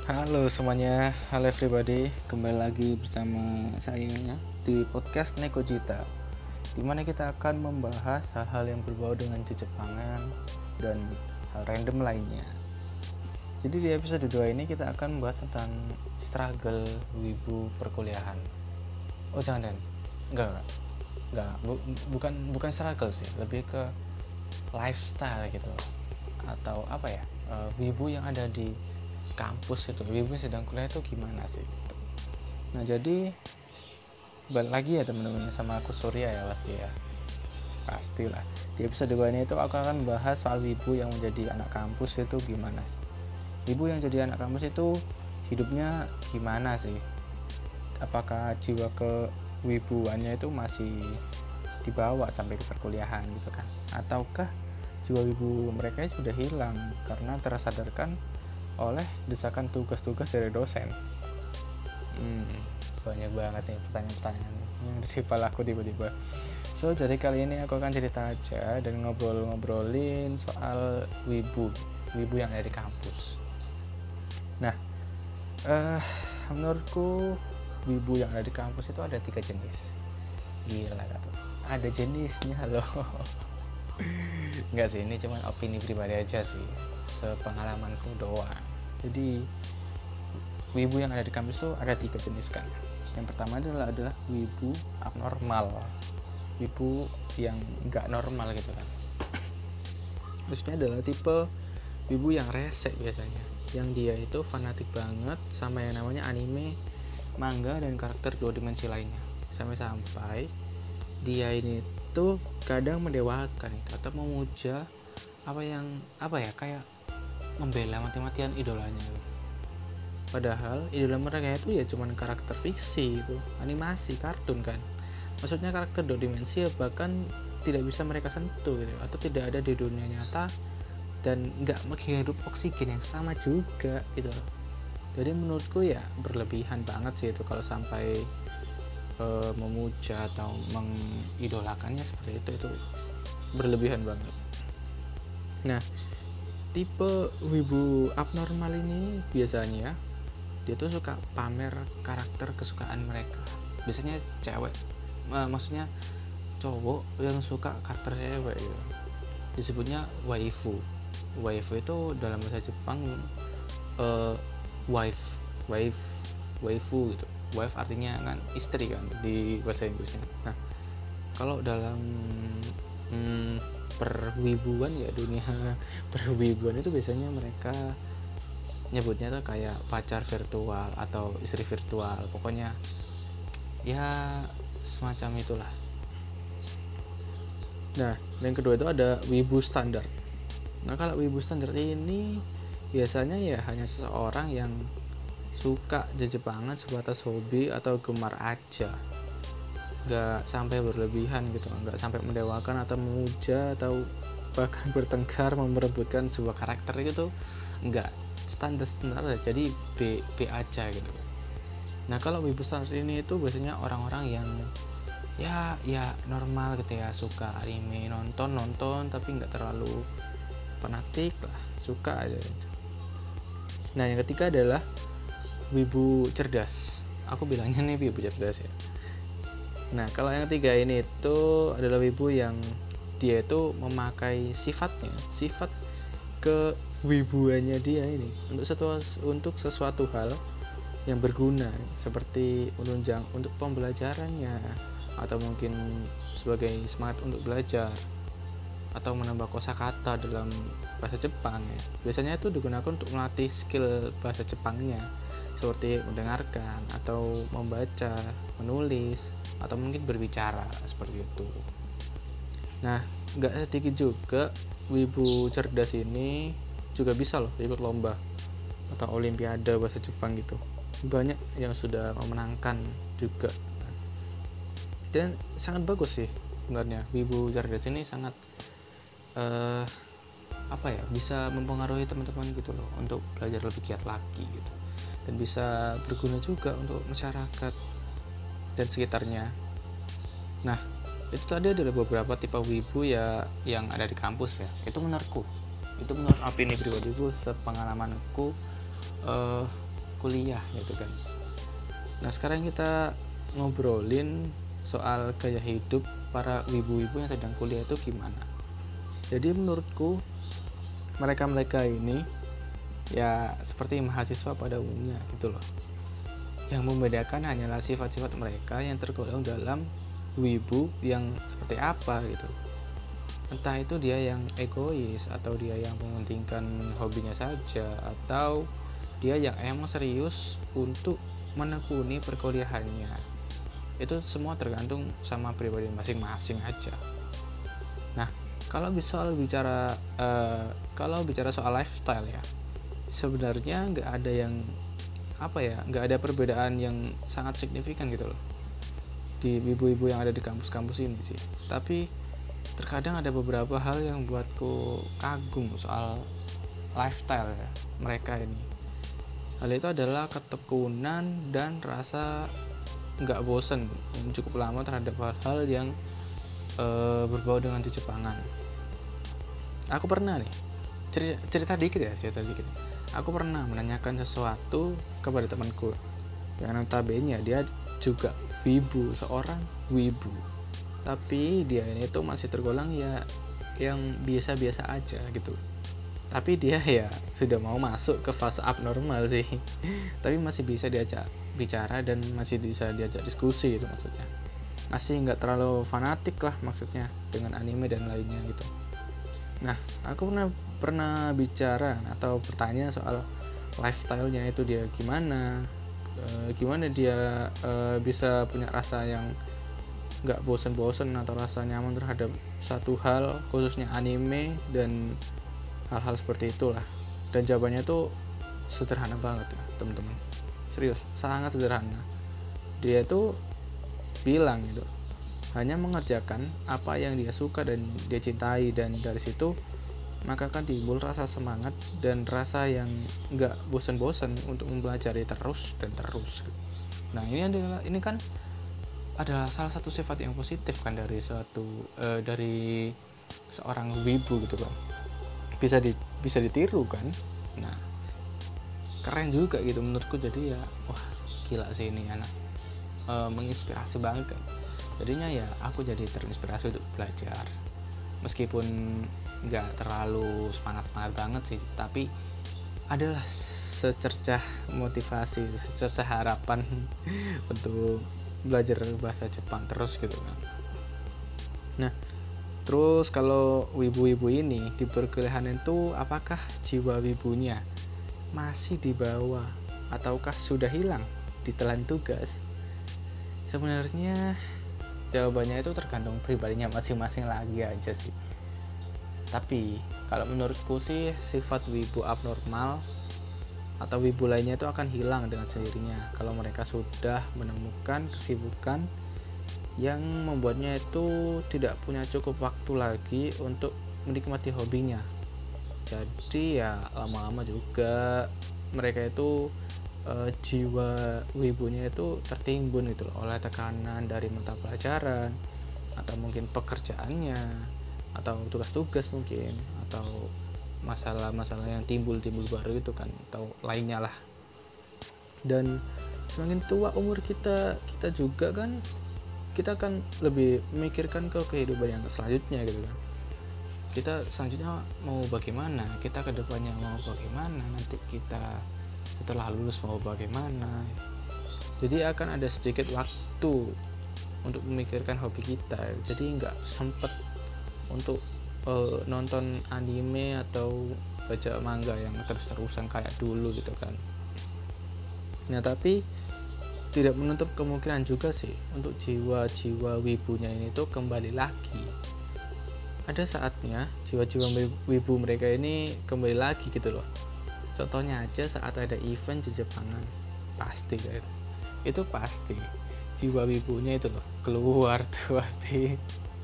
Halo semuanya, halo everybody. Kembali lagi bersama saya di podcast Nekojita, di mana kita akan membahas hal-hal yang berbau dengan Jepangan dan hal random lainnya. Jadi di episode 2 ini kita akan membahas tentang struggle wibu perkuliahan. Oh jangan, enggak, bukan struggle sih, lebih ke lifestyle gitu, atau apa ya, wibu yang ada di kampus itu, wibu sedang kuliah itu gimana sih gitu. Nah jadi balik lagi ya teman-teman sama aku Surya ya pastilah di episode 2 ini itu aku akan membahas soal wibu yang menjadi anak kampus itu gimana sih. Wibu yang jadi anak kampus itu hidupnya gimana sih, apakah jiwa kewibuannya itu masih dibawa sampai ke perkuliahan gitu kan, ataukah jiwa wibu mereka sudah hilang karena tersadarkan oleh desakan tugas-tugas dari dosen. Banyak banget nih pertanyaan-pertanyaan yang di kepala aku tiba-tiba. So jadi kali ini aku akan cerita aja dan ngobrolin soal wibu yang ada di kampus. Nah, menurutku wibu yang ada di kampus itu ada 3 jenis. Gila kata, ada jenisnya loh. Enggak sih, ini cuma opini pribadi aja sih, sepengalamanku doang. Jadi wibu yang ada di kampus itu ada 3 jenis kan. Yang pertama adalah wibu abnormal, wibu yang nggak normal gitu kan. Maksudnya adalah tipe wibu yang rese biasanya, yang dia itu fanatik banget sama yang namanya anime, manga, dan karakter 2 dimensi lainnya. Sampai-sampai dia ini tuh kadang mendewakan atau memuja kayak membela mati-matian idolanya. Padahal idola mereka itu ya cuman karakter fiksi itu, animasi, kartun kan. Maksudnya karakter 2 dimensi ya bahkan tidak bisa mereka sentuh gitu, atau tidak ada di dunia nyata dan nggak menghirup oksigen yang sama juga gitu. Jadi menurutku ya berlebihan banget sih itu kalau sampai memuja atau mengidolakannya seperti itu berlebihan banget. Nah, tipe wibu abnormal ini biasanya dia tuh suka pamer karakter kesukaan mereka. Biasanya cewek, maksudnya cowok yang suka karakter cewek gitu. Disebutnya waifu. Waifu itu dalam bahasa Jepang waifu gitu. Wife artinya kan istri kan di bahasa Inggrisnya. Nah, kalau dalam perwibuan ya, dunia perwibuan itu biasanya mereka nyebutnya tuh kayak pacar virtual atau istri virtual, pokoknya ya semacam itulah. Nah, yang kedua itu ada wibu standar. Nah, kalau wibu standar ini biasanya ya hanya seseorang yang suka Jepangan sebatas hobi atau gemar aja, nggak sampai berlebihan gitu, nggak sampai mendewakan atau memuja atau bahkan bertengkar memperebutkan sebuah karakter gitu, nggak. Standar aja, jadi B aja gitu. Nah, kalau wibu standar ini itu biasanya orang-orang yang ya normal gitu ya, suka anime, nonton tapi nggak terlalu fanatik lah, suka aja. Nah, yang ketiga adalah wibu cerdas. Aku bilangnya nih wibu cerdas ya. Nah, kalau yang ketiga ini itu adalah wibu yang dia itu memakai sifat kewibuannya dia ini untuk sesuatu hal yang berguna, seperti menunjang untuk pembelajarannya, atau mungkin sebagai semangat untuk belajar, atau menambah kosakata dalam bahasa Jepang ya. Biasanya itu digunakan untuk melatih skill bahasa Jepangnya, seperti mendengarkan atau membaca, menulis, atau mungkin berbicara seperti itu. Nah, nggak sedikit juga wibu cerdas ini juga bisa loh ikut lomba atau olimpiade bahasa Jepang gitu. Banyak yang sudah memenangkan juga, dan sangat bagus sih sebenarnya. Wibu cerdas ini sangat bisa mempengaruhi teman-teman gitu loh untuk belajar lebih giat lagi gitu, dan bisa berguna juga untuk masyarakat dan sekitarnya. Nah, itu tadi adalah beberapa tipe wibu ya yang ada di kampus ya. Itu menurut opini pribadiku, sepengalamanku, kuliah gitu kan. Nah sekarang kita ngobrolin soal gaya hidup para wibu-wibu yang sedang kuliah itu gimana. Jadi menurutku mereka ini ya seperti mahasiswa pada umumnya gitu loh. Yang membedakan hanyalah sifat-sifat mereka yang tergolong dalam wibu yang seperti apa gitu. Entah itu dia yang egois, atau dia yang mementingkan hobinya saja, atau dia yang emang serius untuk menekuni perkuliahannya. Itu semua tergantung sama pribadi masing-masing aja. Nah, kalau bicara soal lifestyle ya, sebenarnya nggak ada perbedaan yang sangat signifikan gitu loh di ibu-ibu yang ada di kampus-kampus ini sih. Tapi terkadang ada beberapa hal yang buatku kagum soal lifestyle ya, mereka ini. Hal itu adalah ketekunan dan rasa nggak bosen yang cukup lama terhadap hal-hal yang berbau dengan Jepangan. Aku pernah nih cerita dikit. Aku pernah menanyakan sesuatu kepada temanku yang notabene dia juga seorang wibu, tapi dia ini tuh masih tergolong ya yang biasa-biasa aja gitu. Tapi dia ya sudah mau masuk ke fase abnormal sih tapi masih bisa diajak bicara dan masih bisa diajak diskusi gitu maksudnya. Masih nggak terlalu fanatik lah maksudnya dengan anime dan lainnya gitu. Nah, aku pernah bicara atau bertanya soal lifestyle-nya itu dia gimana dia bisa punya rasa yang nggak bosan-bosan atau rasa nyaman terhadap satu hal, khususnya anime dan hal-hal seperti itulah. Dan jawabannya tuh sederhana banget ya teman-teman, serius sangat sederhana. Dia tuh bilang gitu, hanya mengerjakan apa yang dia suka dan dia cintai, dan dari situ maka akan timbul rasa semangat dan rasa yang nggak bosan-bosan untuk mempelajari terus. Nah ini kan adalah salah satu sifat yang positif kan dari seorang wibu gitu kan, bisa ditiru kan. Nah keren juga gitu menurutku. Jadi ya wah gila sih ini anak, menginspirasi banget kan. Jadinya ya aku jadi terinspirasi untuk belajar, meskipun nggak terlalu semangat banget sih, tapi adalah secercah motivasi, secercah harapan untuk belajar bahasa Jepang terus gitu kan. Nah terus kalau wibu-wibu ini di perkuliahan itu, apakah jiwa wibunya masih dibawa ataukah sudah hilang ditelan tugas? Sebenarnya jawabannya itu tergantung pribadinya masing-masing lagi aja sih. Tapi kalau menurutku sih sifat wibu abnormal atau wibu lainnya itu akan hilang dengan sendirinya kalau mereka sudah menemukan kesibukan yang membuatnya itu tidak punya cukup waktu lagi untuk menikmati hobinya. Jadi ya lama-lama juga mereka itu jiwa wibunya itu tertimbun gitu loh, oleh tekanan dari mata pelajaran atau mungkin pekerjaannya atau tugas-tugas mungkin, atau masalah-masalah yang timbul baru itu kan, atau lainnya lah. Dan semakin tua umur kita juga kan, kita akan lebih memikirkan ke kehidupan yang selanjutnya gitu kan. Kita selanjutnya mau bagaimana, kita kedepannya mau bagaimana, nanti kita setelah lulus mau bagaimana. Jadi akan ada sedikit waktu untuk memikirkan hobi kita. Jadi nggak sempet untuk nonton anime atau baca manga yang terus-terusan kayak dulu gitu kan. Nah tapi tidak menutup kemungkinan juga sih untuk jiwa-jiwa wibunya ini tuh kembali lagi. Ada saatnya jiwa-jiwa wibu mereka ini kembali lagi gitu loh. Contohnya aja saat ada event Jepangan, pasti kan itu pasti jiwa wibunya itu loh keluar tuh pasti.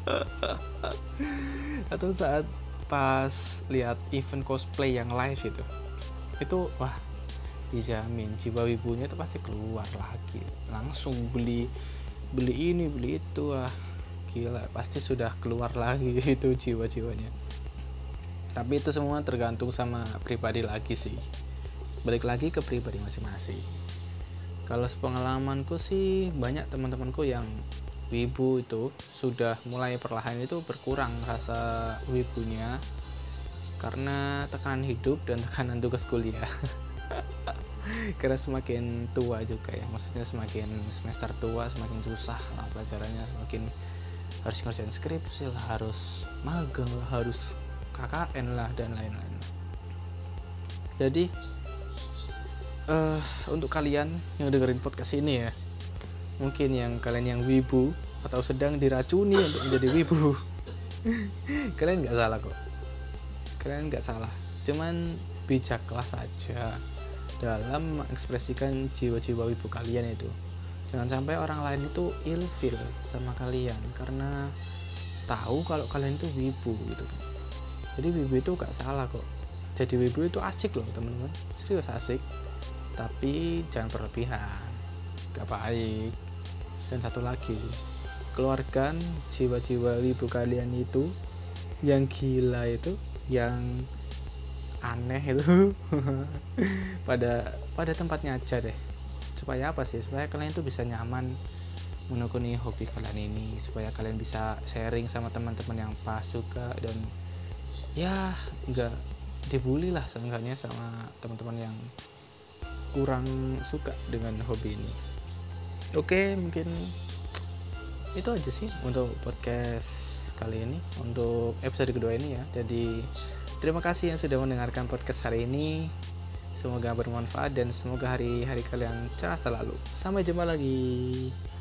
Atau saat pas lihat event cosplay yang live itu wah dijamin jiwa wibunya itu pasti keluar lagi, langsung beli ini beli itu, wah gila pasti sudah keluar lagi itu jiwa-jiwanya. Tapi itu semua tergantung sama pribadi lagi sih. balik lagi ke pribadi masing-masing. Kalau sepengalamanku sih banyak teman-temanku yang wibu itu sudah mulai perlahan itu berkurang rasa wibunya karena tekanan hidup dan tekanan tugas kuliah. Karena semakin tua juga ya, maksudnya semakin semester tua semakin susah lah pelajarannya, semakin harus ngerjain skripsi lah, harus magang lah, harus KKN lah dan lain-lain. Jadi untuk kalian yang dengerin podcast ini ya, mungkin yang kalian yang wibu atau sedang diracuni untuk menjadi wibu, kalian nggak salah kok, kalian nggak salah, cuman bijaklah saja dalam mengekspresikan jiwa-jiwa wibu kalian itu. Jangan sampai orang lain itu ilfil sama kalian karena tahu kalau kalian itu wibu gitu kan. Jadi wibu itu gak salah kok, jadi wibu itu asik loh teman-teman, serius asik, tapi jangan berlebihan, gak baik. Dan satu lagi, keluarkan jiwa-jiwa wibu kalian itu yang gila itu, yang aneh itu pada tempatnya aja deh. Supaya apa sih? Supaya kalian itu bisa nyaman menekuni hobi kalian ini, supaya kalian bisa sharing sama teman-teman yang pas juga, dan ya nggak dibully lah seenggaknya sama teman-teman yang kurang suka dengan hobi ini. Oke, mungkin itu aja sih untuk podcast kali ini, untuk episode kedua ini ya. Jadi terima kasih yang sudah mendengarkan podcast hari ini. Semoga bermanfaat dan semoga hari-hari kalian cerah selalu. Sampai jumpa lagi.